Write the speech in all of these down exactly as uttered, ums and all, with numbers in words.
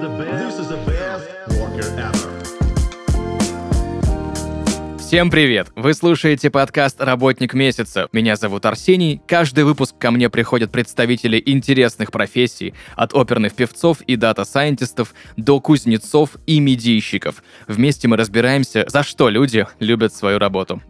This is the best worker ever. Всем привет! Вы слушаете подкаст «Работник месяца». Меня зовут Арсений. Каждый выпуск ко мне приходят представители интересных профессий, от оперных певцов и дата-сайентистов до кузнецов и медийщиков. Вместе мы разбираемся, за что люди любят свою работу.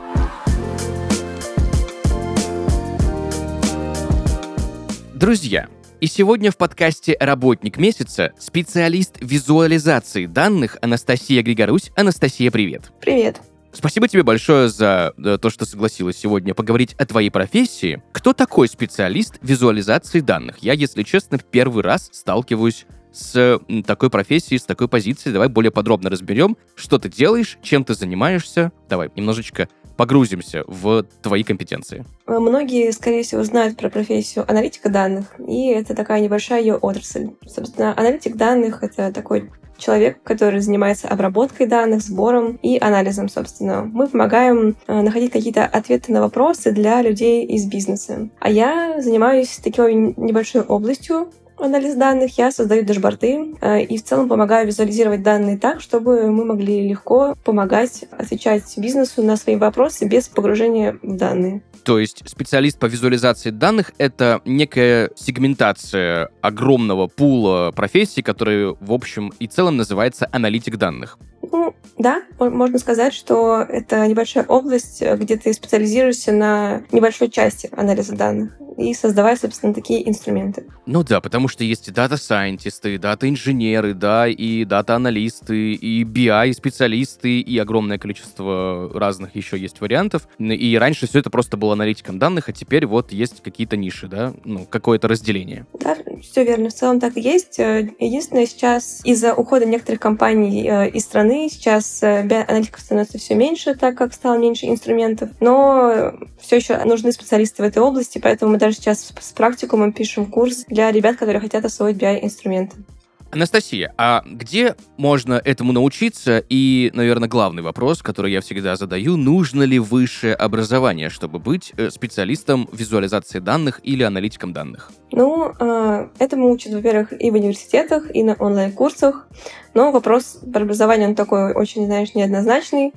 Друзья, и сегодня в подкасте «Работник месяца» специалист визуализации данных Анастасия Григорусь. Анастасия, привет! Привет! Спасибо тебе большое за то, что согласилась сегодня поговорить о твоей профессии. Кто такой специалист визуализации данных? Я, если честно, в первый раз сталкиваюсь с такой профессией, с такой позицией. Давай более подробно разберем, что ты делаешь, чем ты занимаешься. Давай немножечко погрузимся в твои компетенции. Многие, скорее всего, знают про профессию аналитика данных, и это такая небольшая ее отрасль. Собственно, аналитик данных — это такой человек, который занимается обработкой данных, сбором и анализом, собственно. Мы помогаем находить какие-то ответы на вопросы для людей из бизнеса. А я занимаюсь такой небольшой областью анализ данных. Я создаю дашборды э, и в целом помогаю визуализировать данные так, чтобы мы могли легко помогать отвечать бизнесу на свои вопросы без погружения в данные. То есть специалист по визуализации данных — это некая сегментация огромного пула профессий, который в общем и целом называется аналитик данных. Ну, да, можно сказать, что это небольшая область, где ты специализируешься на небольшой части анализа данных и создавая, собственно, такие инструменты. Ну да, потому что есть и дата-сайентисты, и дата-инженеры, да, и дата-аналисты, и би ай-специалисты, и огромное количество разных еще есть вариантов. И раньше все это просто было аналитиком данных, а теперь вот есть какие-то ниши, да, ну, какое-то разделение. Да, все верно, в целом так и есть. Единственное, сейчас из-за ухода некоторых компаний из страны сейчас би ай-аналитиков становится все меньше, так как стало меньше инструментов, но все еще нужны специалисты в этой области, поэтому мы даже сейчас с практикумом пишем курс для ребят, которые хотят освоить би ай-инструменты. Анастасия, а где можно этому научиться? И, наверное, главный вопрос, который я всегда задаю: нужно ли высшее образование, чтобы быть специалистом визуализации данных или аналитиком данных? Ну, этому учат, во-первых, и в университетах, и на онлайн-курсах, но вопрос про образование, он такой очень, знаешь, неоднозначный.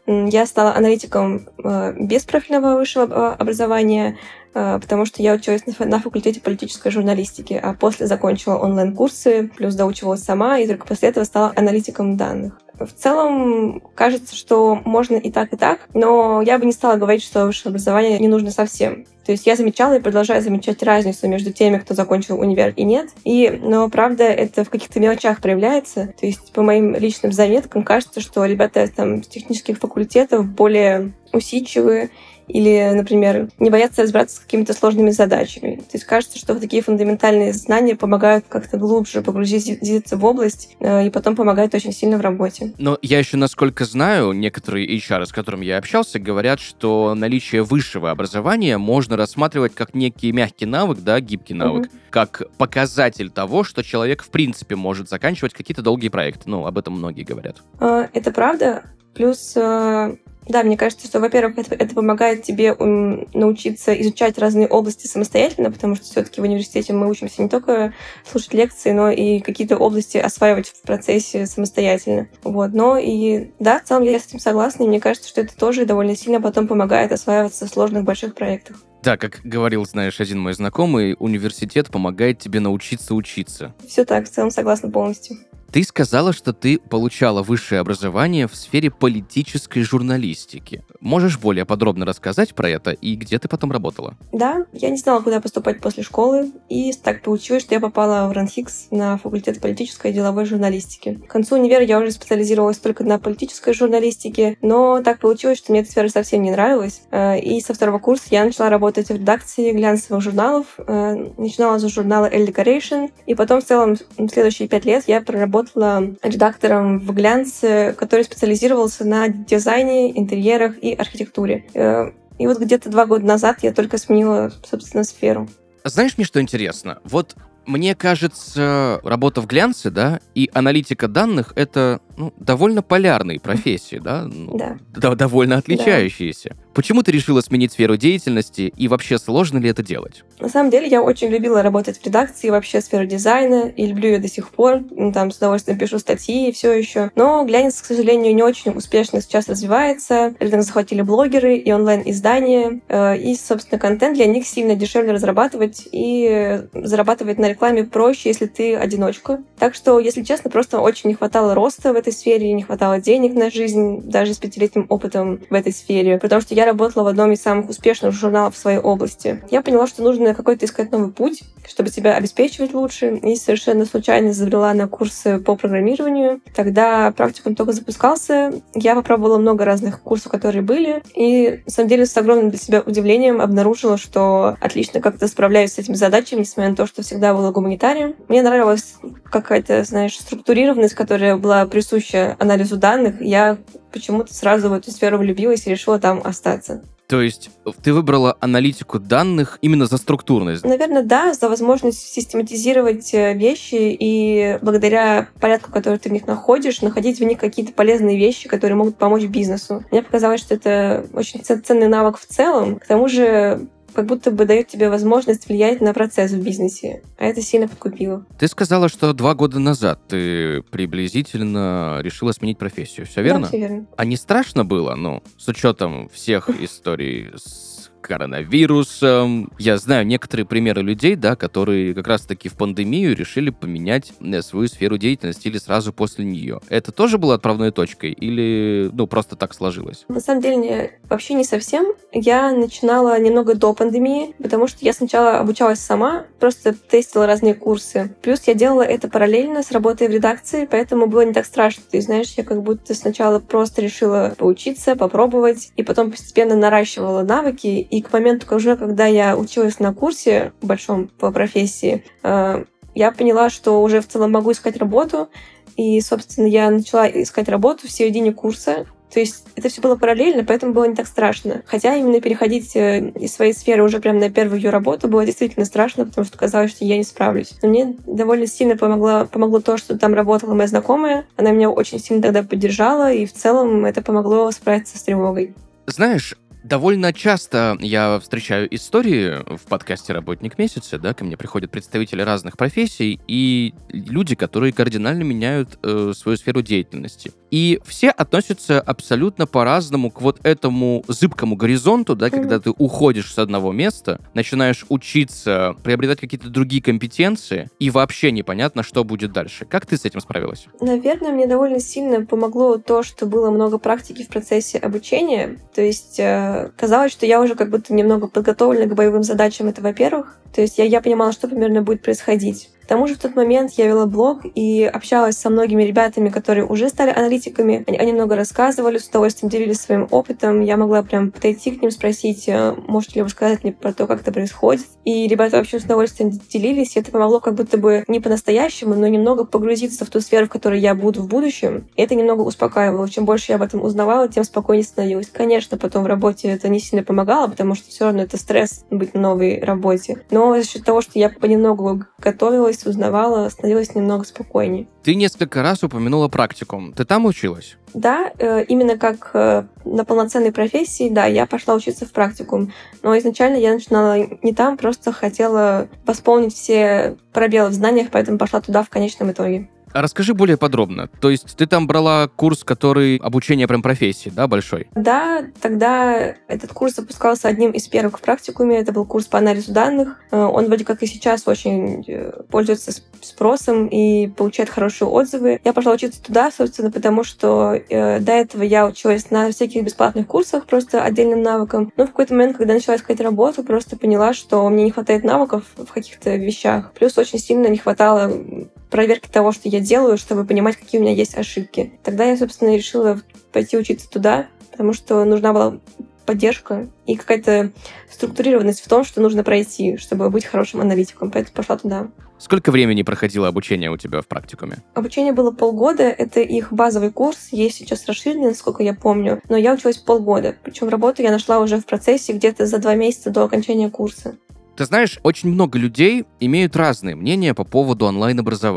Я стала аналитиком без профильного высшего образования, потому что я училась на факультете политической журналистики, а после закончила онлайн-курсы, плюс доучивалась сама, и только после этого стала аналитиком данных. В целом, кажется, что можно и так, и так, но я бы не стала говорить, что высшее образование не нужно совсем. То есть я замечала и продолжаю замечать разницу между теми, кто закончил универ и нет. И, но, правда, это в каких-то мелочах проявляется. То есть по моим личным заметкам кажется, что ребята там, с технических факультетов более усидчивые, или, например, не боятся разбираться с какими-то сложными задачами. То есть кажется, что такие фундаментальные знания помогают как-то глубже погрузиться в область и потом помогают очень сильно в работе. Но я еще, насколько знаю, некоторые эйч ар, с которыми я общался, говорят, что наличие высшего образования можно рассматривать как некий мягкий навык, да, гибкий навык, mm-hmm. как показатель того, что человек в принципе может заканчивать какие-то долгие проекты. Ну, об этом многие говорят. Это правда. Плюс... Да, мне кажется, что, во-первых, это, это помогает тебе um, научиться изучать разные области самостоятельно, потому что все-таки в университете мы учимся не только слушать лекции, но и какие-то области осваивать в процессе самостоятельно. Вот. Но и да, в целом я с этим согласна, и мне кажется, что это тоже довольно сильно потом помогает осваиваться в сложных больших проектах. Да, как говорил, знаешь, один мой знакомый, университет помогает тебе научиться учиться. Все так, в целом согласна полностью. Ты сказала, что ты получала высшее образование в сфере политической журналистики. Можешь более подробно рассказать про это и где ты потом работала? Да, я не знала, куда поступать после школы, и так получилось, что я попала в РАНХИКС на факультет политической и деловой журналистики. К концу универа я уже специализировалась только на политической журналистике, но так получилось, что мне эта сфера совсем не нравилась, и со второго курса я начала работать в редакции глянцевых журналов, начинала с журнала Elle Decoration, и потом в целом в следующие пять лет я проработала редактором в глянце, который специализировался на дизайне, интерьерах и архитектуре. И вот где-то два года назад я только сменила, собственно, сферу. Знаешь, мне что интересно? Вот мне кажется, работа в глянце, да, и аналитика данных — это ну, довольно полярные профессии, да? Ну, Да. д- довольно отличающиеся. Да. Почему ты решила сменить сферу деятельности, и вообще сложно ли это делать? На самом деле, я очень любила работать в редакции, вообще сферу дизайна, и люблю ее до сих пор. Там с удовольствием пишу статьи и все еще. Но глянец, к сожалению, не очень успешно сейчас развивается. Рынок захватили блогеры и онлайн-издания. И, собственно, контент для них сильно дешевле разрабатывать, и зарабатывать на рекламе проще, если ты одиночка. Так что, если честно, просто очень не хватало роста в этой сфере, не хватало денег на жизнь, даже с пятилетним опытом в этой сфере. Потому что я работала в одном из самых успешных журналов в своей области. Я поняла, что нужно какой-то искать новый путь, чтобы себя обеспечивать лучше, и совершенно случайно забрела на курсы по программированию. Тогда практикум только запускался. Я попробовала много разных курсов, которые были, и, на самом деле, с огромным для себя удивлением обнаружила, что отлично как-то справляюсь с этими задачами, несмотря на то, что всегда была гуманитарием. Мне нравилась какая-то, знаешь, структурированность, которая была присуща анализу данных. Я почему-то сразу в эту сферу влюбилась и решила там остаться. То есть ты выбрала аналитику данных именно за структурность? Наверное, да, за возможность систематизировать вещи и благодаря порядку, который ты в них находишь, находить в них какие-то полезные вещи, которые могут помочь бизнесу. Мне показалось, что это очень ценный навык в целом. К тому же как будто бы дает тебе возможность влиять на процесс в бизнесе. А это сильно подкупило. Ты сказала, что два года назад ты приблизительно решила сменить профессию. Все верно? Да, все верно. А не страшно было, ну, с учетом всех историй с коронавирусом? Я знаю некоторые примеры людей, да, которые как раз-таки в пандемию решили поменять свою сферу деятельности или сразу после нее. Это тоже было отправной точкой или, ну, просто так сложилось? На самом деле, не, вообще не совсем. Я начинала немного до пандемии, потому что я сначала обучалась сама, просто тестила разные курсы. Плюс я делала это параллельно с работой в редакции, поэтому было не так страшно. Ты знаешь, я как будто сначала просто решила поучиться, попробовать, и потом постепенно наращивала навыки. И к моменту, уже когда я училась на курсе большом по профессии, я поняла, что уже в целом могу искать работу. И, собственно, я начала искать работу в середине курса. То есть это все было параллельно, поэтому было не так страшно. Хотя именно переходить из своей сферы уже прямо на первую ее работу было действительно страшно, потому что казалось, что я не справлюсь. Но мне довольно сильно помогло, помогло то, что там работала моя знакомая. Она меня очень сильно тогда поддержала, и в целом это помогло справиться с тревогой. Знаешь, довольно часто я встречаю истории в подкасте «Работник месяца», да, ко мне приходят представители разных профессий и люди, которые кардинально меняют э, свою сферу деятельности. И все относятся абсолютно по-разному к вот этому зыбкому горизонту, да, mm-hmm. когда ты уходишь с одного места, начинаешь учиться, приобретать какие-то другие компетенции, и вообще непонятно, что будет дальше. Как ты с этим справилась? Наверное, мне довольно сильно помогло то, что было много практики в процессе обучения. То есть э, казалось, что я уже как будто немного подготовлена к боевым задачам, это во-первых. То есть я, я понимала, что примерно будет происходить. К тому же в тот момент я вела блог и общалась со многими ребятами, которые уже стали аналитиками. Они, они много рассказывали, с удовольствием делились своим опытом. Я могла прям подойти к ним, спросить, можете ли вы сказать мне про то, как это происходит. И ребята вообще с удовольствием делились. И это помогло как будто бы не по-настоящему, но немного погрузиться в ту сферу, в которой я буду в будущем. И это немного успокаивало. Чем больше я об этом узнавала, тем спокойнее становилась. Конечно, потом в работе это не сильно помогало, потому что все равно это стресс быть на новой работе. Но за счет того, что я понемногу готовилась, узнавала, становилась немного спокойнее. Ты несколько раз упомянула практикум. Ты там училась? Да, именно как на полноценной профессии, да, я пошла учиться в практикум. Но изначально я начинала не там, просто хотела восполнить все пробелы в знаниях, поэтому пошла туда в конечном итоге. А расскажи более подробно. То есть ты там брала курс, который обучение прям профессии, да, большой? Да, тогда этот курс запускался одним из первых в практикуме. Это был курс по анализу данных. Он вроде как и сейчас очень пользуется спросом и получает хорошие отзывы. Я пошла учиться туда, собственно, потому что э, до этого я училась на всяких бесплатных курсах, просто отдельным навыкам. Но в какой-то момент, когда начала искать работу, просто поняла, что мне не хватает навыков в каких-то вещах. Плюс очень сильно не хватало проверки того, что я делаю, чтобы понимать, какие у меня есть ошибки. Тогда я, собственно, решила пойти учиться туда, потому что нужна была поддержка и какая-то структурированность в том, что нужно пройти, чтобы быть хорошим аналитиком. Поэтому пошла туда. Сколько времени проходило обучение у тебя в практикуме? Обучение было полгода. Это их базовый курс. Есть сейчас расширенный, насколько я помню. Но я училась полгода. Причем работу я нашла уже в процессе где-то за два месяца до окончания курса. Ты знаешь, очень много людей имеют разные мнения по поводу онлайн-образования.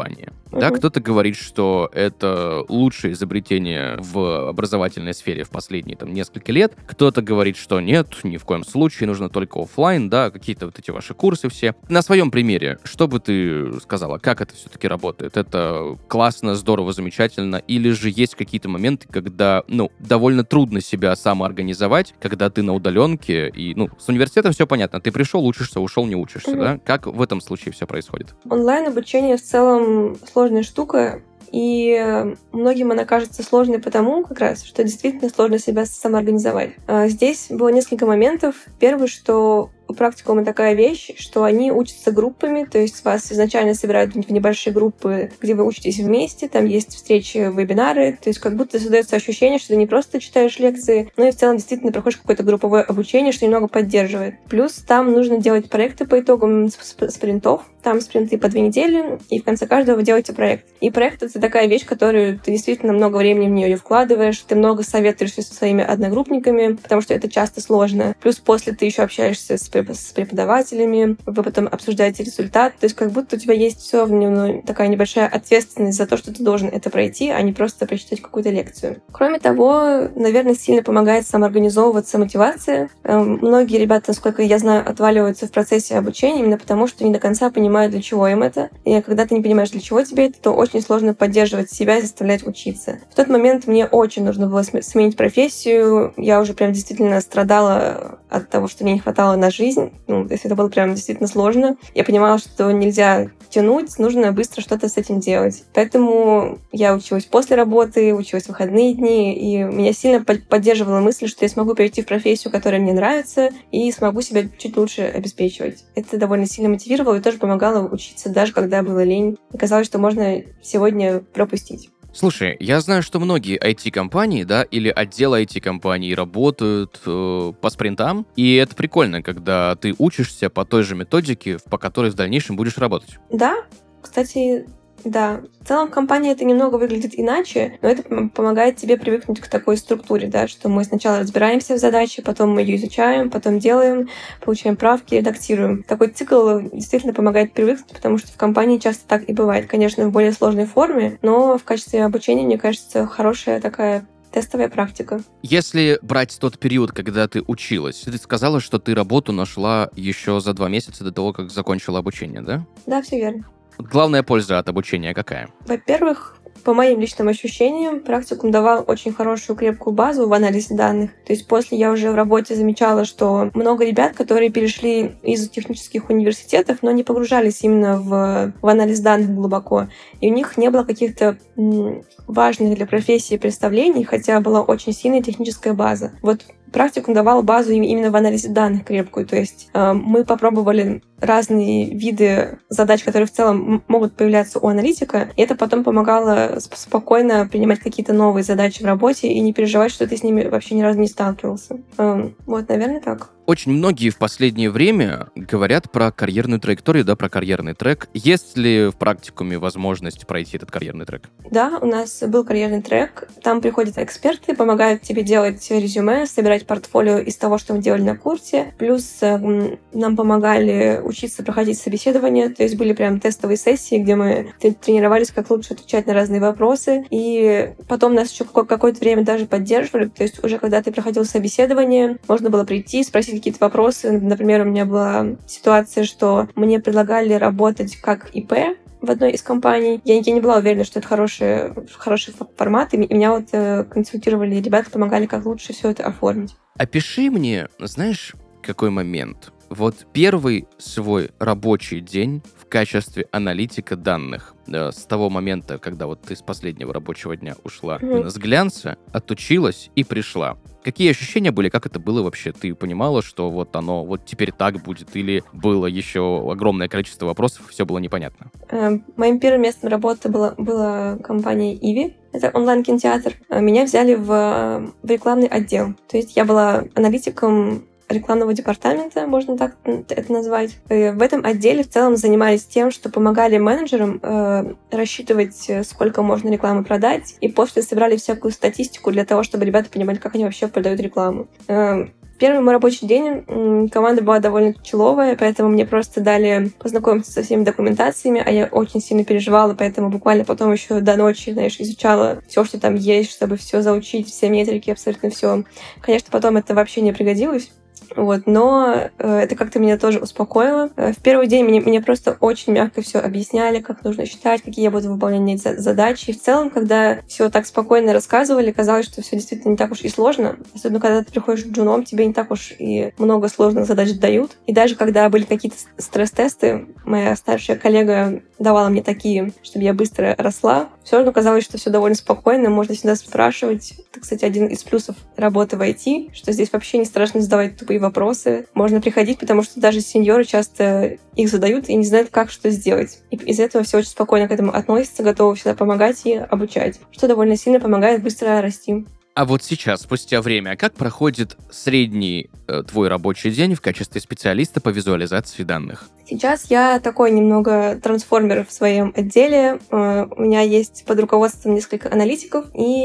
Да, Мгм. кто-то говорит, что это лучшее изобретение в образовательной сфере в последние там несколько лет. Кто-то говорит, что нет, ни в коем случае, нужно только оффлайн, да, какие-то вот эти ваши курсы все. На своем примере, что бы ты сказала, как это все-таки работает? Это классно, здорово, замечательно? Или же есть какие-то моменты, когда, ну, довольно трудно себя самоорганизовать, когда ты на удаленке, и, ну, с университетом все понятно, ты пришел, учишься, ушел, не учишься, Мгм. да? Как в этом случае все происходит? Онлайн-обучение в целом сложная штука, и э, многим она кажется сложной потому, как раз, что действительно сложно себя самоорганизовать. А Здесь было несколько моментов. Первый, что у практикума такая вещь, что они учатся группами, то есть вас изначально собирают в небольшие группы, где вы учитесь вместе, там есть встречи, вебинары, то есть как будто создается ощущение, что ты не просто читаешь лекции, но и в целом действительно проходишь какое-то групповое обучение, что немного поддерживает. Плюс там нужно делать проекты по итогам сп- спринтов, там спринты по две недели, и в конце каждого вы делаете проект. И проект — это такая вещь, которую ты действительно много времени в нее вкладываешь, ты много советуешься со своими одногруппниками, потому что это часто сложно. Плюс после ты еще общаешься с с преподавателями, вы потом обсуждаете результат, то есть как будто у тебя есть все равно ну, такая небольшая ответственность за то, что ты должен это пройти, а не просто прочитать какую-то лекцию. Кроме того, наверное, сильно помогает самоорганизовываться мотивация. Эм, Многие ребята, насколько я знаю, отваливаются в процессе обучения именно потому, что не до конца понимают, для чего им это. И когда ты не понимаешь, для чего тебе это, то очень сложно поддерживать себя и заставлять учиться. В тот момент мне очень нужно было сменить профессию. Я уже прям действительно страдала от того, что мне не хватало на жизнь. Ну, то есть это было прям действительно сложно. Я понимала, что нельзя тянуть, нужно быстро что-то с этим делать. Поэтому я училась после работы, училась в выходные дни, и меня сильно поддерживала мысль, что я смогу перейти в профессию, которая мне нравится, и смогу себя чуть лучше обеспечивать. Это довольно сильно мотивировало и тоже помогало учиться, даже когда было лень. И казалось, что можно сегодня пропустить. Слушай, я знаю, что многие ай ти-компании, да, или отделы ай ти-компаний работают э, по спринтам, и это прикольно, когда ты учишься по той же методике, по которой в дальнейшем будешь работать. Да, кстати, да. В целом в компании это немного выглядит иначе, но это помогает тебе привыкнуть к такой структуре, да, что мы сначала разбираемся в задаче, потом мы ее изучаем, потом делаем, получаем правки, редактируем. Такой цикл действительно помогает привыкнуть, потому что в компании часто так и бывает. Конечно, в более сложной форме, но в качестве обучения, мне кажется, хорошая такая тестовая практика. Если брать тот период, когда ты училась, ты сказала, что ты работу нашла еще за два месяца до того, как закончила обучение, да? Да, все верно. Главная польза от обучения какая? Во-первых, по моим личным ощущениям, практикум давал очень хорошую крепкую базу в анализе данных. То есть после я уже в работе замечала, что много ребят, которые перешли из технических университетов, но не погружались именно в, в анализ данных глубоко. И у них не было каких-то м, важных для профессии представлений, хотя была очень сильная техническая база. Вот практикум давал базу именно в анализе данных крепкую. То есть э, мы попробовали разные виды задач, которые в целом могут появляться у аналитика, и это потом помогало спокойно принимать какие-то новые задачи в работе и не переживать, что ты с ними вообще ни разу не сталкивался. Э, вот, наверное, так. Очень многие в последнее время говорят про карьерную траекторию, да, про карьерный трек. Есть ли в практикуме возможность пройти этот карьерный трек? Да, у нас был карьерный трек. Там приходят эксперты, помогают тебе делать резюме, собирать портфолио из того, что мы делали на курсе. Плюс э, нам помогали учиться проходить собеседования. То есть были прям тестовые сессии, где мы тренировались, как лучше отвечать на разные вопросы. И потом нас еще какое-то время даже поддерживали. То есть уже когда ты проходил собеседование, можно было прийти, спросить какие-то вопросы. Например, у меня была ситуация, что мне предлагали работать как ИП в одной из компаний. Я, я не была уверена, что это хороший, хороший формат, и меня вот э, консультировали ребята, помогали, как лучше все это оформить. Опиши мне, знаешь, какой момент? Вот первый свой рабочий день в качестве аналитика данных, да, с того момента, когда вот ты с последнего рабочего дня ушла Mm-hmm. именно с глянца, отучилась и пришла. Какие ощущения были, как это было вообще? Ты понимала, что вот оно вот теперь так будет, или было еще огромное количество вопросов, все было непонятно? Э, моим первым местом работы была, была компания Иви. Это онлайн-кинотеатр. Меня взяли в, в рекламный отдел. То есть я была аналитиком рекламного департамента, можно так это назвать. И в этом отделе в целом занимались тем, что помогали менеджерам э, рассчитывать, сколько можно рекламы продать, и после собирали всякую статистику для того, чтобы ребята понимали, как они вообще продают рекламу. Э, Первый мой рабочий день м, команда была довольно человая, поэтому мне просто дали познакомиться со всеми документациями, а я очень сильно переживала, поэтому буквально потом еще до ночи, знаешь, изучала все, что там есть, чтобы все заучить, все метрики, абсолютно все. Конечно, потом это вообще не пригодилось. Вот, но э, это как-то меня тоже успокоило. Э, в первый день мне, мне просто очень мягко все объясняли, как нужно считать, какие я буду выполнять за- задачи. И в целом, когда все так спокойно рассказывали, казалось, что все действительно не так уж и сложно. Особенно, когда ты приходишь джуном, тебе не так уж и много сложных задач дают. И даже когда были какие-то стресс-тесты, моя старшая коллега давала мне такие, чтобы я быстро росла. Все равно казалось, что все довольно спокойно, можно всегда спрашивать. Это, кстати, один из плюсов работы в ай ти, что здесь вообще не страшно задавать тупые вопросы. Можно приходить, потому что даже сеньоры часто их задают и не знают, как что сделать. И из-за этого все очень спокойно к этому относятся, готовы всегда помогать и обучать, что довольно сильно помогает быстро расти. А вот сейчас, спустя время, как проходит средний э, твой рабочий день в качестве специалиста по визуализации данных? Сейчас я такой немного трансформер в своем отделе. Э, У меня есть под руководством несколько аналитиков,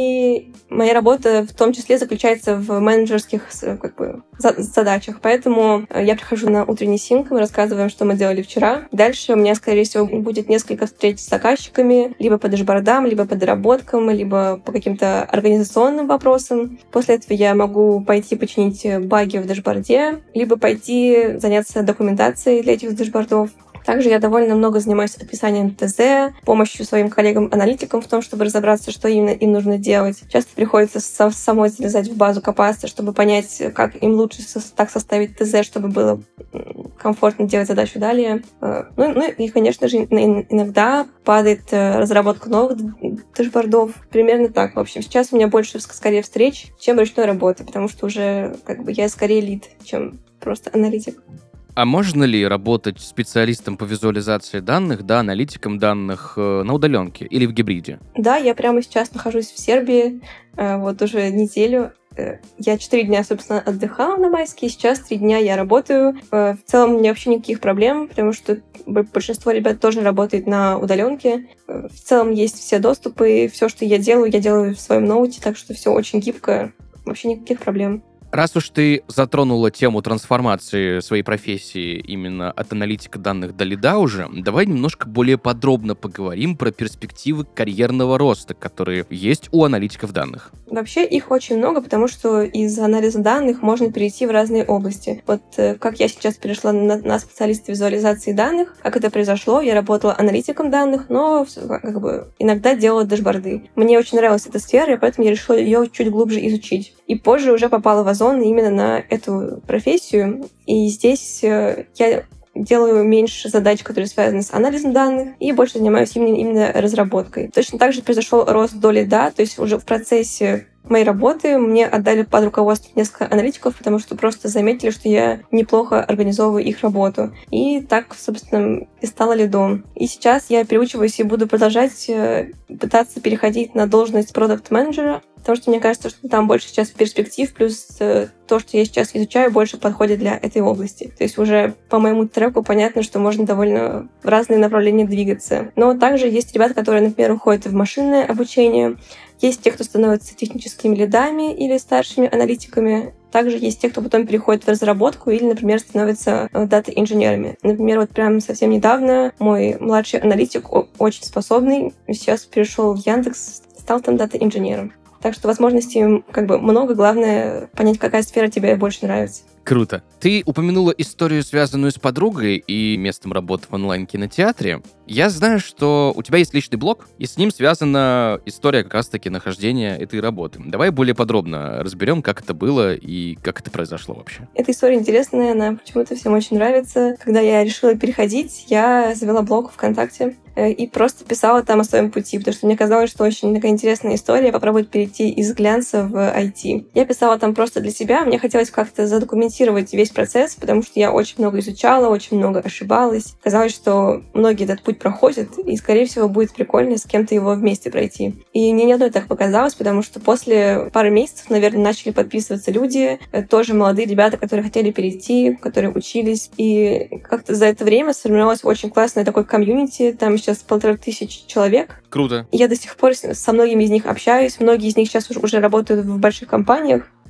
и моя работа в том числе заключается в менеджерских с- как бы, за- задачах. Поэтому э, я прихожу на утренний синк, мы рассказываем, что мы делали вчера. Дальше у меня, скорее всего, будет несколько встреч с заказчиками, либо по дэшбордам, либо по доработкам, либо по каким-то организационным вопросам. После этого я могу пойти починить баги в дэшборде, либо пойти заняться документацией для этих дэшбордов. Также я довольно много занимаюсь описанием ТЗ, помощью своим коллегам-аналитикам в том, чтобы разобраться, что именно им нужно делать. Часто приходится со- самой залезать в базу копаться, чтобы понять, как им лучше со- так составить ТЗ, чтобы было м, комфортно делать задачу далее. Э, Ну, ну и, конечно же, ин- иногда падает э, разработка новых д- дэшбордов. Примерно так. В общем, сейчас у меня больше ск- скорее встреч, чем ручной работы, потому что уже как бы я скорее лид, чем просто аналитик. А можно ли работать специалистом по визуализации данных, да, аналитиком данных э, на удаленке или в гибриде? Да, я прямо сейчас нахожусь в Сербии, э, вот уже неделю. Э, Я четыре дня, собственно, отдыхала на майские, сейчас три дня я работаю. Э, В целом у меня вообще никаких проблем, потому что б- большинство ребят тоже работает на удаленке. Э, В целом есть все доступы, все, что я делаю, я делаю в своем ноуте, так что все очень гибко, вообще никаких проблем. Раз уж ты затронула тему трансформации своей профессии именно от аналитика данных до лида уже, давай немножко более подробно поговорим про перспективы карьерного роста, которые есть у аналитиков данных. Вообще их очень много, потому что из анализа данных можно перейти в разные области. Вот э, как я сейчас перешла на, на специалиста визуализации данных, как это произошло, я работала аналитиком данных, но всё- как бы иногда делала дэшборды. Мне очень нравилась эта сфера, и поэтому я решила ее чуть глубже изучить. И позже уже попала в Озон именно на эту профессию. И здесь э, я делаю меньше задач, которые связаны с анализом данных, и больше занимаюсь именно, именно разработкой. Точно так же произошел рост до лида, то есть уже в процессе моей работы мне отдали под руководство несколько аналитиков, потому что просто заметили, что я неплохо организовываю их работу. И так, собственно, и стала лидом. И сейчас я переучиваюсь и буду продолжать э, пытаться переходить на должность продакт-менеджера, потому что мне кажется, что там больше сейчас перспектив, плюс э, то, что я сейчас изучаю, больше подходит для этой области. То есть уже по моему треку понятно, что можно довольно в разные направления двигаться. Но также есть ребята, которые, например, уходят в машинное обучение, есть те, кто становятся техническими лидами или старшими аналитиками. Также есть те, кто потом переходит в разработку или, например, становятся дата-инженерами. Например, вот прям совсем недавно мой младший аналитик, о- очень способный, сейчас перешел в Яндекс, стал там дата-инженером. Так что возможностей как бы много, главное понять, какая сфера тебе больше нравится. Круто. Ты упомянула историю, связанную с подругой и местом работы в онлайн-кинотеатре. Я знаю, что у тебя есть личный блог, и с ним связана история как раз-таки нахождения этой работы. Давай более подробно разберем, как это было и как это произошло вообще. Эта история интересная, она почему-то всем очень нравится. Когда я решила переходить, я завела блог ВКонтакте э, и просто писала там о своем пути, потому что мне казалось, что очень такая интересная история попробовать перейти из глянца в ай ти. Я писала там просто для себя, мне хотелось как-то задокументировать весь процесс, потому что я очень много изучала, очень много ошибалась. Казалось, что многие этот путь проходят, и, скорее всего, будет прикольно с кем-то его вместе пройти. И мне не одной так показалось, потому что после пары месяцев, наверное, начали подписываться люди, э, тоже молодые ребята, которые хотели перейти, которые учились. И как-то за это время сформировалось очень классное такое комьюнити, там сейчас полторы тысячи человек. Круто. Я до сих пор с- со многими из них общаюсь, многие из них сейчас уже, уже работают в больших компаниях.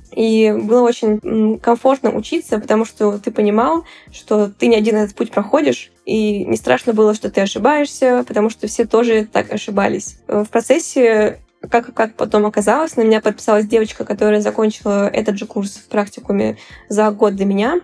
И было очень комфортно учиться, потому что ты понимал, что ты не один этот путь проходишь, и не страшно было, что ты ошибаешься, потому что все тоже так ошибались. В процессе, как, как потом оказалось, на меня подписалась девочка, которая закончила этот же курс в практикуме за год до меня.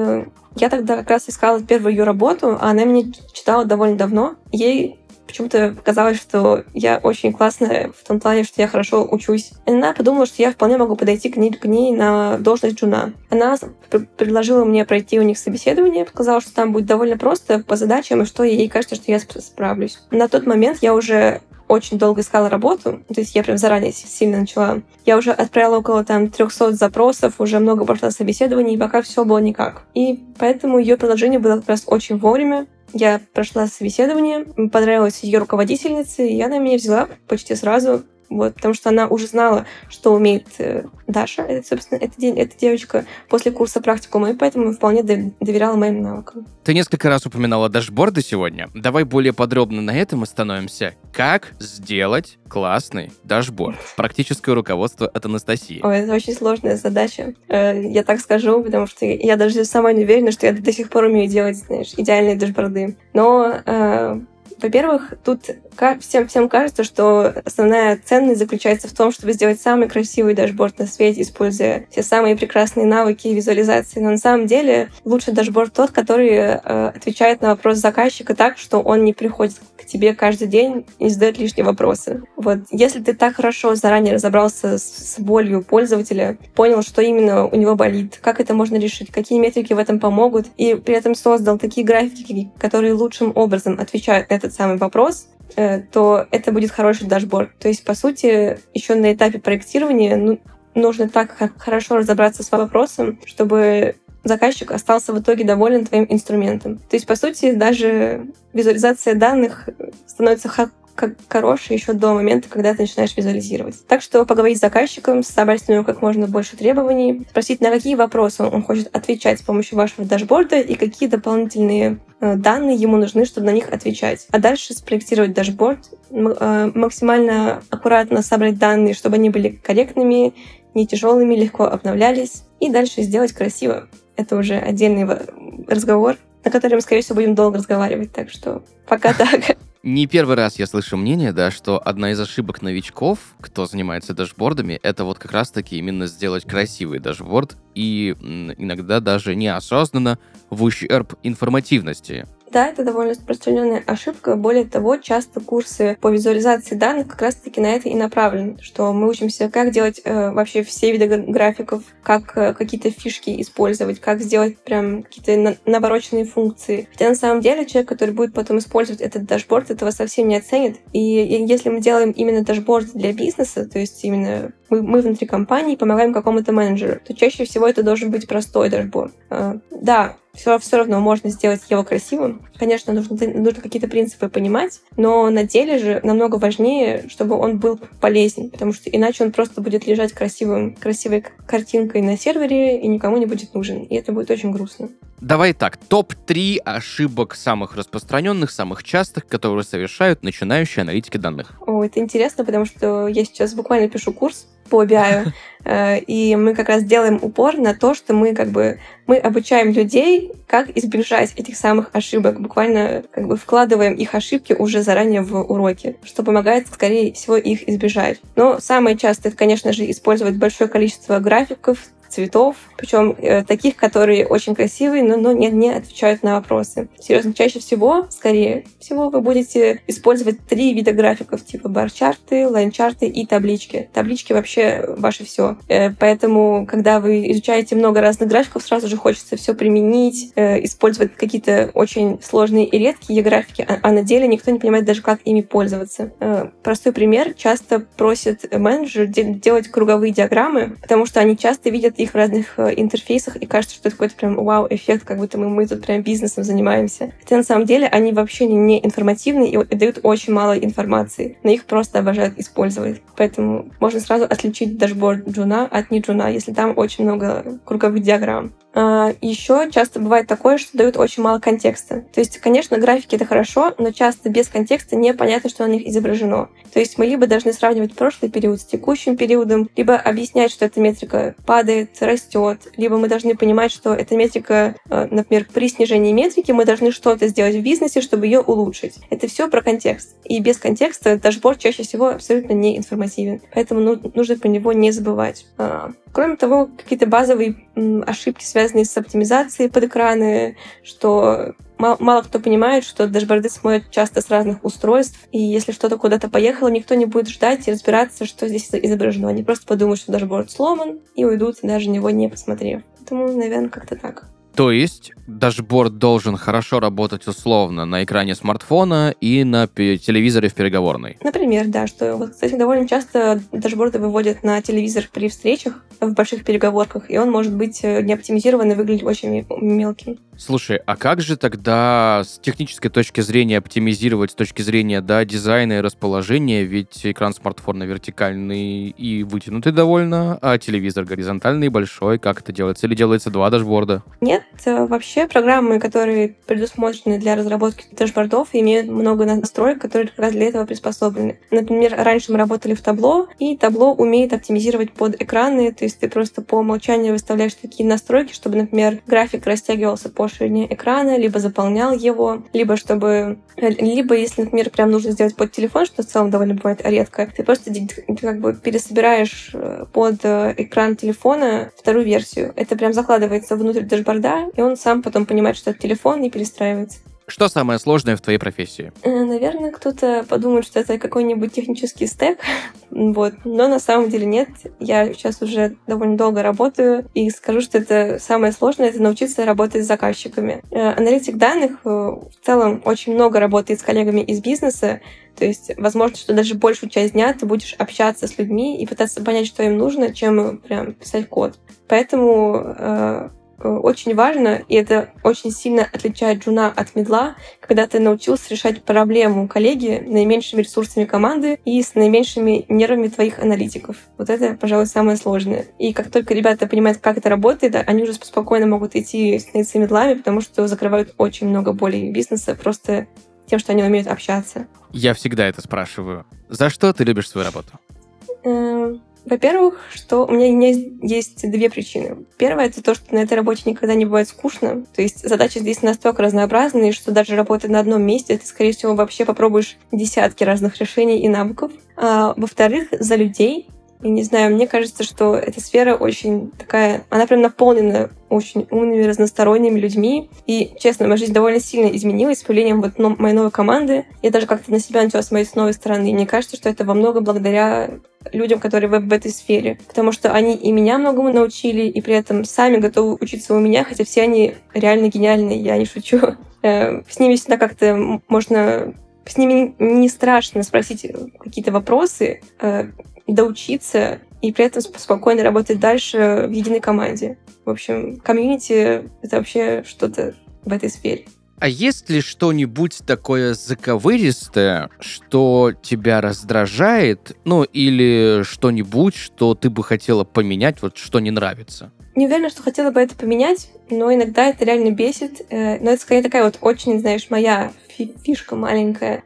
Я тогда как раз искала первую ее работу, а она меня читала довольно давно. Ей почему-то показалось, что я очень классная в том плане, что я хорошо учусь. И она подумала, что я вполне могу подойти к ней, к ней на должность джуна. Она пр- предложила мне пройти у них собеседование, сказала, что там будет довольно просто по задачам, и что ей кажется, что я справлюсь. На тот момент я уже очень долго искала работу, то есть я прям заранее сильно начала. Я уже отправила около там трехсот запросов, уже много прошла собеседований, и пока все было никак. И поэтому ее предложение было как раз очень вовремя. Я прошла собеседование, понравилась ее руководительнице, и она меня взяла почти сразу. Вот, потому что она уже знала, что умеет э, Даша, это, собственно, эта, эта девочка, после курса практикума, и поэтому вполне доверяла моим навыкам. Ты несколько раз упоминала дашборды сегодня. Давай более подробно на этом остановимся. Как сделать классный дашборд? Практическое руководство от Анастасии. Ой, это очень сложная задача. Э, я так скажу, потому что я даже сама не уверена, что я до сих пор умею делать, знаешь, идеальные дашборды. Но... Э, Во-первых, тут всем, всем кажется, что основная ценность заключается в том, чтобы сделать самый красивый дашборд на свете, используя все самые прекрасные навыки и визуализации. Но на самом деле лучший дашборд тот, который э, отвечает на вопрос заказчика так, что он не приходит к тебе каждый день и не задает лишние вопросы. Вот. Если ты так хорошо заранее разобрался с, с болью пользователя, понял, что именно у него болит, как это можно решить, какие метрики в этом помогут, и при этом создал такие графики, которые лучшим образом отвечают на этот самый вопрос, то это будет хороший дашборд. То есть, по сути, еще на этапе проектирования ну, нужно так хорошо разобраться с вопросом, чтобы заказчик остался в итоге доволен твоим инструментом. То есть, по сути, даже визуализация данных становится как хороший еще до момента, когда ты начинаешь визуализировать. Так что поговорить с заказчиком, собрать с него как можно больше требований, спросить, на какие вопросы он хочет отвечать с помощью вашего дашборда и какие дополнительные э, данные ему нужны, чтобы на них отвечать. А дальше спроектировать дашборд, э, максимально аккуратно собрать данные, чтобы они были корректными, не тяжелыми, легко обновлялись, и дальше сделать красиво. Это уже отдельный разговор, на котором мы, скорее всего, будем долго разговаривать, так что пока так. Не первый раз я слышу мнение, да, что одна из ошибок новичков, кто занимается дашбордами, это вот как раз-таки именно сделать красивый дашборд и иногда даже неосознанно в ущерб информативности. Да, это довольно распространенная ошибка. Более того, часто курсы по визуализации данных как раз-таки на это и направлены, что мы учимся, как делать э, вообще все виды графиков, как э, какие-то фишки использовать, как сделать прям какие-то на- навороченные функции. Хотя на самом деле человек, который будет потом использовать этот дашборд, этого совсем не оценит. И если мы делаем именно дашборд для бизнеса, то есть именно мы, мы внутри компании помогаем какому-то менеджеру, то чаще всего это должен быть простой дашборд. Э, да, Все, все равно можно сделать его красивым. Конечно, нужно, нужно какие-то принципы понимать, но на деле же намного важнее, чтобы он был полезен, потому что иначе он просто будет лежать красивым, красивой картинкой на сервере и никому не будет нужен. И это будет очень грустно. Давай так, топ три ошибок самых распространенных, самых частых, которые совершают начинающие аналитики данных. О, это интересно, потому что я сейчас буквально пишу курс по би ай, и мы как раз делаем упор на то, что мы как бы мы обучаем людей, как избежать этих самых ошибок, буквально как бы вкладываем их ошибки уже заранее в уроки, что помогает, скорее всего, их избежать. Но самое частое, это, конечно же, использовать большое количество графиков, цветов, причем э, таких, которые очень красивые, но, но не, не отвечают на вопросы. Серьезно, чаще всего, скорее всего, вы будете использовать три вида графиков, типа бар-чарты, лайн-чарты и таблички. Таблички вообще ваше все. Э, поэтому, когда вы изучаете много разных графиков, сразу же хочется все применить, э, использовать какие-то очень сложные и редкие графики, а, а на деле никто не понимает даже, как ими пользоваться. Э, простой пример. Часто просят менеджер де- делать круговые диаграммы, потому что они часто видят их в разных э, интерфейсах, и кажется, что это какой-то прям вау-эффект, как будто мы, мы тут прям бизнесом занимаемся. Хотя на самом деле они вообще не, не информативны и, и дают очень мало информации, но их просто обожают использовать. Поэтому можно сразу отличить дашборд джуна от не джуна, если там очень много круговых диаграмм. А, Еще часто бывает такое, что дают очень мало контекста. То есть, конечно, графики — это хорошо, но часто без контекста непонятно, что на них изображено. То есть мы либо должны сравнивать прошлый период с текущим периодом, либо объяснять, что эта метрика падает, растет, либо мы должны понимать, что эта метрика, например, при снижении метрики мы должны что-то сделать в бизнесе, чтобы ее улучшить. Это все про контекст. И без контекста дашборд чаще всего абсолютно не информативен. Поэтому нужно про него не забывать. Кроме того, какие-то базовые ошибки, связанные с оптимизацией под экраны, что мало кто понимает, что дашборды смотрят часто с разных устройств, и если что-то куда-то поехало, никто не будет ждать и разбираться, что здесь изображено. Они просто подумают, что дашборд сломан, и уйдут, даже на него не посмотрев. Поэтому, наверное, как-то так. То есть дашборд должен хорошо работать условно на экране смартфона и на пе- телевизоре в переговорной? Например, да, что вот, кстати, довольно часто дашборды выводят на телевизор при встречах в больших переговорках, и он может быть не оптимизирован и выглядеть очень мелким. Слушай, а как же тогда с технической точки зрения оптимизировать, с точки зрения, да, дизайна и расположения, ведь экран смартфона вертикальный и вытянутый довольно, а телевизор горизонтальный и большой. Как это делается? Или делается два дашборда? Нет, вообще программы, которые предусмотрены для разработки дашбордов, имеют много настроек, которые как раз для этого приспособлены. Например, раньше мы работали в Tableau, и Tableau умеет оптимизировать под экраны, то есть ты просто по умолчанию выставляешь такие настройки, чтобы, например, график растягивался по ширине экрана, либо заполнял его, либо чтобы... Либо, если, например, прям нужно сделать под телефон, что в целом довольно бывает редко, ты просто как бы пересобираешь под экран телефона вторую версию. Это прям закладывается внутрь дашборда, и он сам потом понимает, что это телефон, и перестраивается. Что самое сложное в твоей профессии? Наверное, кто-то подумает, что это какой-нибудь технический стэк, вот. Но на самом деле нет. Я сейчас уже довольно долго работаю, и скажу, что это самое сложное — это научиться работать с заказчиками. Аналитик данных в целом очень много работает с коллегами из бизнеса, то есть, возможно, что даже большую часть дня ты будешь общаться с людьми и пытаться понять, что им нужно, чем прям писать код. Поэтому очень важно, и это очень сильно отличает джуна от мидла, когда ты научился решать проблему коллеги наименьшими ресурсами команды и с наименьшими нервами твоих аналитиков. Вот это, пожалуй, самое сложное. И как только ребята понимают, как это работает, они уже спокойно могут идти становиться мидлами, потому что закрывают очень много болей бизнеса просто тем, что они умеют общаться. Я всегда это спрашиваю. За что ты любишь свою работу? Во-первых, что у меня есть две причины. Первая — это то, что на этой работе никогда не бывает скучно. То есть задачи здесь настолько разнообразные, что даже работая на одном месте, ты, скорее всего, вообще попробуешь десятки разных решений и навыков. А, во-вторых, за людей. И не знаю, мне кажется, что эта сфера очень такая... Она прям наполнена очень умными, разносторонними людьми. И, честно, моя жизнь довольно сильно изменилась с появлением вот моей новой команды. Я даже как-то на себя начала смотреть с новой стороны. И мне кажется, что это во многом благодаря людям, которые в, в этой сфере. Потому что они и меня многому научили, и при этом сами готовы учиться у меня, хотя все они реально гениальные, я не шучу. С ними всегда как-то можно... С ними не страшно спросить какие-то вопросы, доучиться и при этом спокойно работать дальше в единой команде. В общем, комьюнити — это вообще что-то в этой сфере. А есть ли что-нибудь такое заковыристое, что тебя раздражает, ну или что-нибудь, что ты бы хотела поменять, вот что не нравится? Не уверена, что хотела бы это поменять, но иногда это реально бесит. Но это скорее такая вот очень, знаешь, моя фишка маленькая.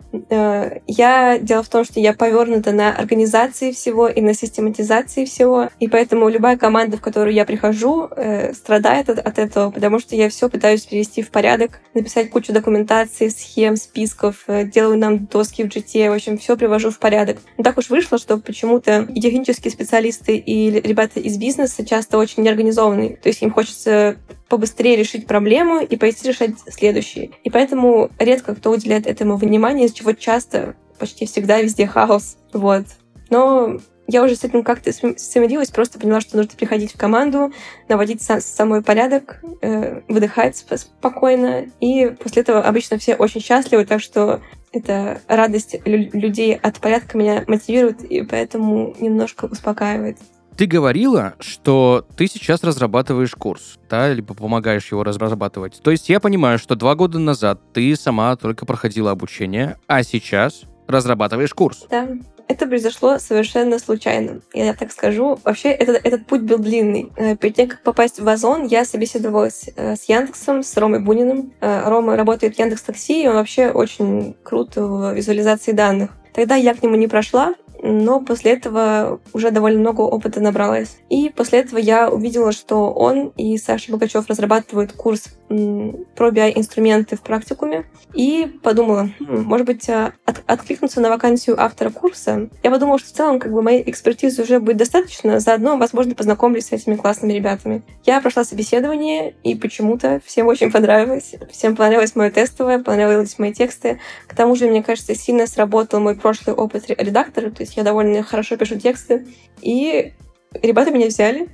Я... Дело в том, что я повернута на организации всего и на систематизации всего, и поэтому любая команда, в которую я прихожу, страдает от, от этого, потому что я все пытаюсь привести в порядок, написать кучу документации, схем, списков, делаю нам доски в джи ти, в общем, все привожу в порядок. Но так уж вышло, что почему-то и технические специалисты, и ребята из бизнеса часто очень неорганизованные. То есть им хочется побыстрее решить проблему и пойти решать следующие. И поэтому редко кто уделяет этому внимание, из-за чего часто, почти всегда везде хаос. Вот. Но я уже с этим как-то смирилась, просто поняла, что нужно приходить в команду, наводить сам, самой порядок, э, выдыхать спокойно. И после этого обычно все очень счастливы, так что эта радость лю- людей от порядка меня мотивирует и поэтому немножко успокаивает. Ты говорила, что ты сейчас разрабатываешь курс, да, либо помогаешь его разрабатывать. То есть я понимаю, что два года назад ты сама только проходила обучение, а сейчас разрабатываешь курс. Да. это произошло совершенно случайно. Я так скажу. Вообще, этот, этот путь был длинный. Перед тем, как попасть в Озон, я собеседовалась с Яндексом, с Ромой Буниным. Рома работает в Яндекс.Такси, и он вообще очень крут в визуализации данных. Тогда я к нему не прошла, но после этого уже довольно много опыта набралась. И после этого я увидела, что он и Саша Богачев разрабатывают курс про би ай-инструменты в практикуме, и подумала, хм, может быть, от, откликнуться на вакансию автора курса. Я подумала, что в целом как бы моей экспертизы уже будет достаточно, заодно, возможно, познакомлюсь с этими классными ребятами. Я прошла собеседование, и почему-то всем очень понравилось. Всем понравилось мое тестовое, понравились мои тексты. К тому же, мне кажется, сильно сработал мой прошлый опыт редактора, то есть я довольно хорошо пишу тексты, и ребята меня взяли.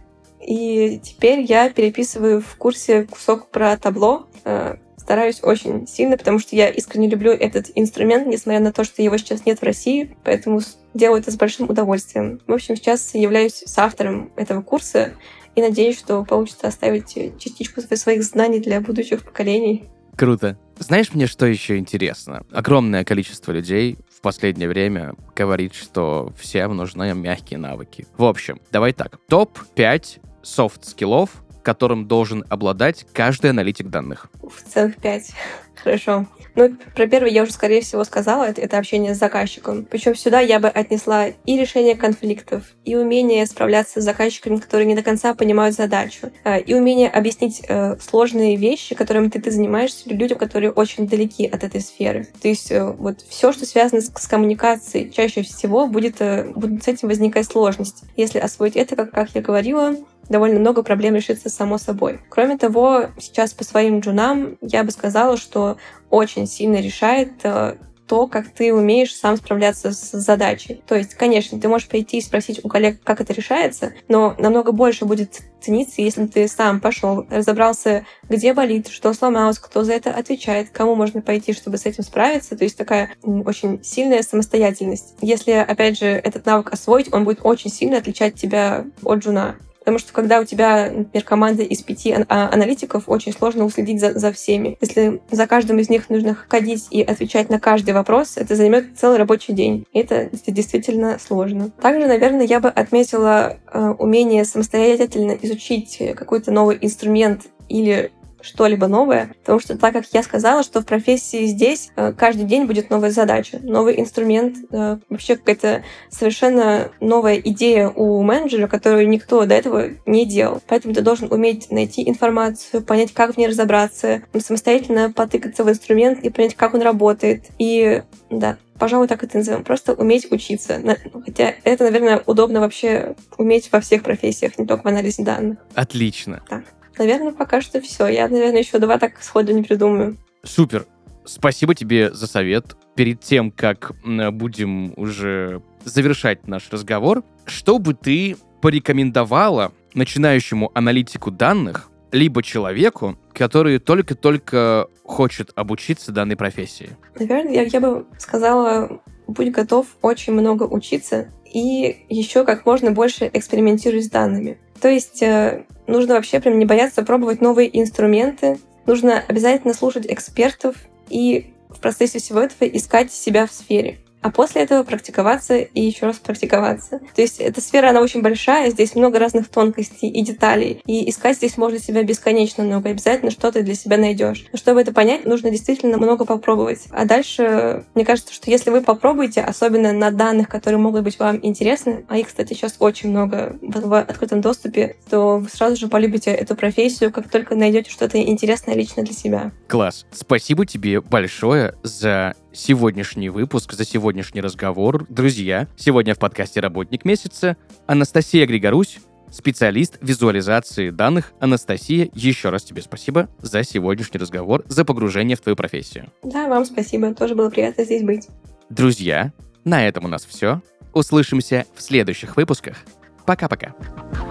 И теперь я переписываю в курсе кусок про табло. Стараюсь очень сильно, потому что я искренне люблю этот инструмент, несмотря на то, что его сейчас нет в России, поэтому делаю это с большим удовольствием. В общем, сейчас являюсь соавтором этого курса и надеюсь, что получится оставить частичку своих знаний для будущих поколений. Круто. Знаешь, мне что еще интересно? Огромное количество людей в последнее время говорит, что всем нужны мягкие навыки. В общем, давай так. топ пять софт-скиллов, которым должен обладать каждый аналитик данных. В целых пять. Хорошо. Ну, про первый я уже, скорее всего, сказала, это, это общение с заказчиком. Причем сюда я бы отнесла и решение конфликтов, и умение справляться с заказчиками, которые не до конца понимают задачу, и умение объяснить э, сложные вещи, которыми ты, ты занимаешься, людям, которые очень далеки от этой сферы. То есть э, вот все, что связано с, с коммуникацией, чаще всего будет, э, будут с этим возникать сложности. Если освоить это, как, как я говорила, довольно много проблем решится само собой. Кроме того, сейчас по своим джунам я бы сказала, что очень сильно решает э, то, как ты умеешь сам справляться с задачей. То есть, конечно, ты можешь прийти и спросить у коллег, как это решается, но намного больше будет цениться, если ты сам пошел, разобрался, где болит, что сломалось, кто за это отвечает, кому можно пойти, чтобы с этим справиться. То есть такая очень сильная самостоятельность. Если, опять же, этот навык освоить, он будет очень сильно отличать тебя от джуна. Потому что когда у тебя, например, команда из пяти аналитиков, очень сложно уследить за, за всеми. Если за каждым из них нужно ходить и отвечать на каждый вопрос, это займет целый рабочий день. И это действительно сложно. Также, наверное, я бы отметила э, умение самостоятельно изучить какой-то новый инструмент или что-либо новое, потому что, так как я сказала, что в профессии здесь э, каждый день будет новая задача, новый инструмент, э, вообще какая-то совершенно новая идея у менеджера, которую никто до этого не делал. Поэтому ты должен уметь найти информацию, понять, как в ней разобраться, самостоятельно потыкаться в инструмент и понять, как он работает. И да, пожалуй, так это назовем. Просто уметь учиться. Хотя это, наверное, удобно вообще уметь во всех профессиях, не только в анализе данных. Отлично. Да. Наверное, пока что все. Я, наверное, еще два так сходу не придумаю. Супер. Спасибо тебе за совет. Перед тем, как будем уже завершать наш разговор, что бы ты порекомендовала начинающему аналитику данных, либо человеку, который только-только хочет обучиться данной профессии? Наверное, я, я бы сказала, будь готов очень много учиться и еще как можно больше экспериментируй с данными. То есть э, нужно вообще прям не бояться пробовать новые инструменты, нужно обязательно слушать экспертов и в процессе всего этого искать себя в сфере. А после этого практиковаться и еще раз практиковаться. То есть эта сфера, она очень большая, здесь много разных тонкостей и деталей. И искать здесь можно себя бесконечно много, обязательно что-то для себя найдешь. Но чтобы это понять, нужно действительно много попробовать. А дальше, мне кажется, что если вы попробуете, особенно на данных, которые могут быть вам интересны, а их, кстати, сейчас очень много в открытом доступе, то вы сразу же полюбите эту профессию, как только найдете что-то интересное лично для себя. Класс. Спасибо тебе большое за сегодняшний выпуск, за сегодняшний разговор. Друзья, сегодня в подкасте «Работник месяца» Анастасия Григорусь, специалист визуализации данных. Анастасия, еще раз тебе спасибо за сегодняшний разговор, за погружение в твою профессию. Да, вам спасибо. Тоже было приятно здесь быть. Друзья, на этом у нас все. Услышимся в следующих выпусках. Пока-пока.